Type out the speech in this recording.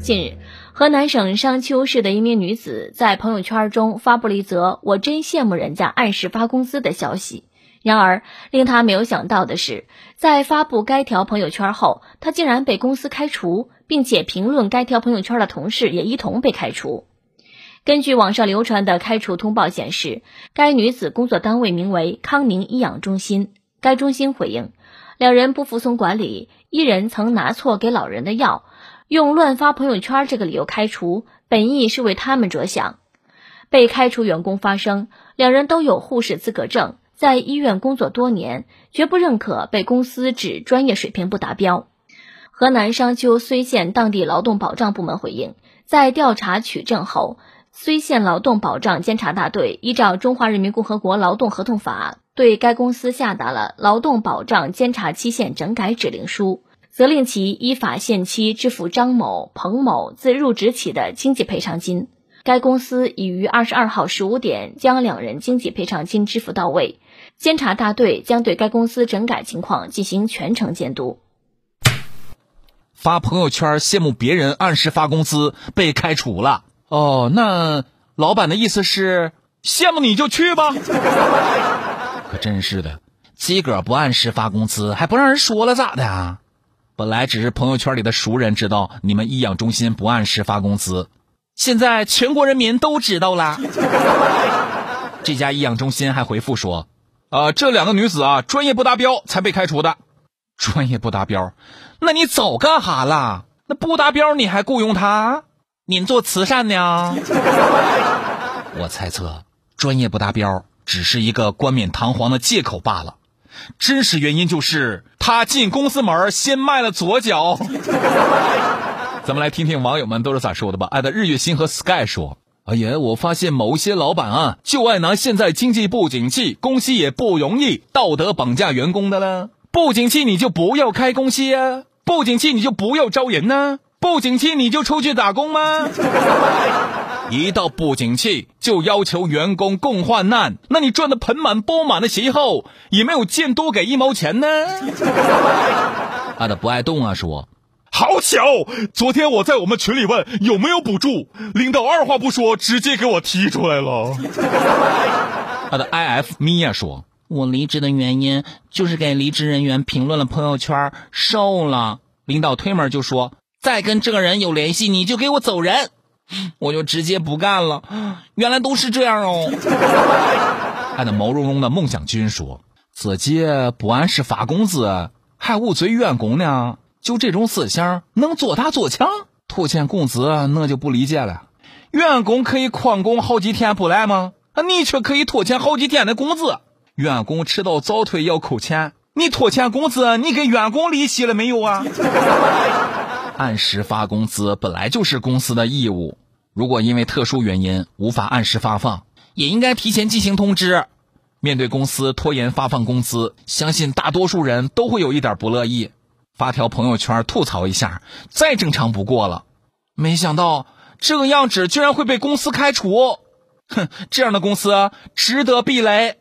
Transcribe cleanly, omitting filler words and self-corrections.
近日，河南省商丘市的一名女子在朋友圈中发布了一则"我真羡慕人家按时发工资"的消息。然而，令她没有想到的是，在发布该条朋友圈后，她竟然被公司开除，并且评论该条朋友圈的同事也一同被开除。根据网上流传的开除通报显示，该女子工作单位名为康宁医养中心。该中心回应，两人不服从管理，一人曾拿错给老人的药，用乱发朋友圈这个理由开除，本意是为他们着想。被开除员工发声，两人都有护士资格证，在医院工作多年，绝不认可被公司指专业水平不达标。河南商丘睢县当地劳动保障部门回应，在调查取证后，睢县劳动保障监察大队依照《中华人民共和国劳动合同法》对该公司下达了劳动保障监察期限整改指令书，责令其依法限期支付张某、彭某自入职起的经济赔偿金。该公司已于22号15点将两人经济赔偿金支付到位，监察大队将对该公司整改情况进行全程监督。 发朋友圈羡慕别人按时发工资被开除了。哦，那老板的意思是羡慕你就去吧。可真是的，自个儿不按时发工资还不让人说了咋的啊？本来只是朋友圈里的熟人知道你们医养中心不按时发工资，现在全国人民都知道了。这家医养中心还回复说，这两个女子啊专业不达标才被开除的。专业不达标？那你早干哈了？那不达标你还雇佣他？您做慈善呢？我猜测专业不达标只是一个冠冕堂皇的借口罢了，真实原因就是他进公司门先迈了左脚。咱们来听听网友们都是咋说的吧。爱的日月星和 Sky 说，哎呀，我发现某些老板啊就爱拿现在经济不景气，公司也不容易，道德绑架员工的了。不景气你就不要开公司啊，不景气你就不要招人啊，不景气你就出去打工吗？一到不景气就要求员工共患难，那你赚得盆满钵满的时候也没有见多给1毛钱呢。爱的不爱动啊说，好巧，昨天我在我们群里问有没有补助，领导二话不说直接给我提出来了。他的 IF 米娅说，我离职的原因就是给离职人员评论了朋友圈瘦了，领导推门就说再跟这个人有联系你就给我走人，我就直接不干了。原来都是这样哦。他的毛茸茸的梦想君说，自己不按时发工资还误罪员工呢，就这种思想能做大做强，拖欠工资那就不理解了。员工可以旷工好几天不来吗？你却可以拖欠好几天的工资。员工迟到早退要扣钱，你拖欠工资你给员工利息了没有啊？按时发工资本来就是公司的义务，如果因为特殊原因无法按时发放，也应该提前进行通知。面对公司拖延发放工资，相信大多数人都会有一点不乐意，发条朋友圈吐槽一下再正常不过了。没想到这个样子居然会被公司开除，哼，这样的公司值得避雷。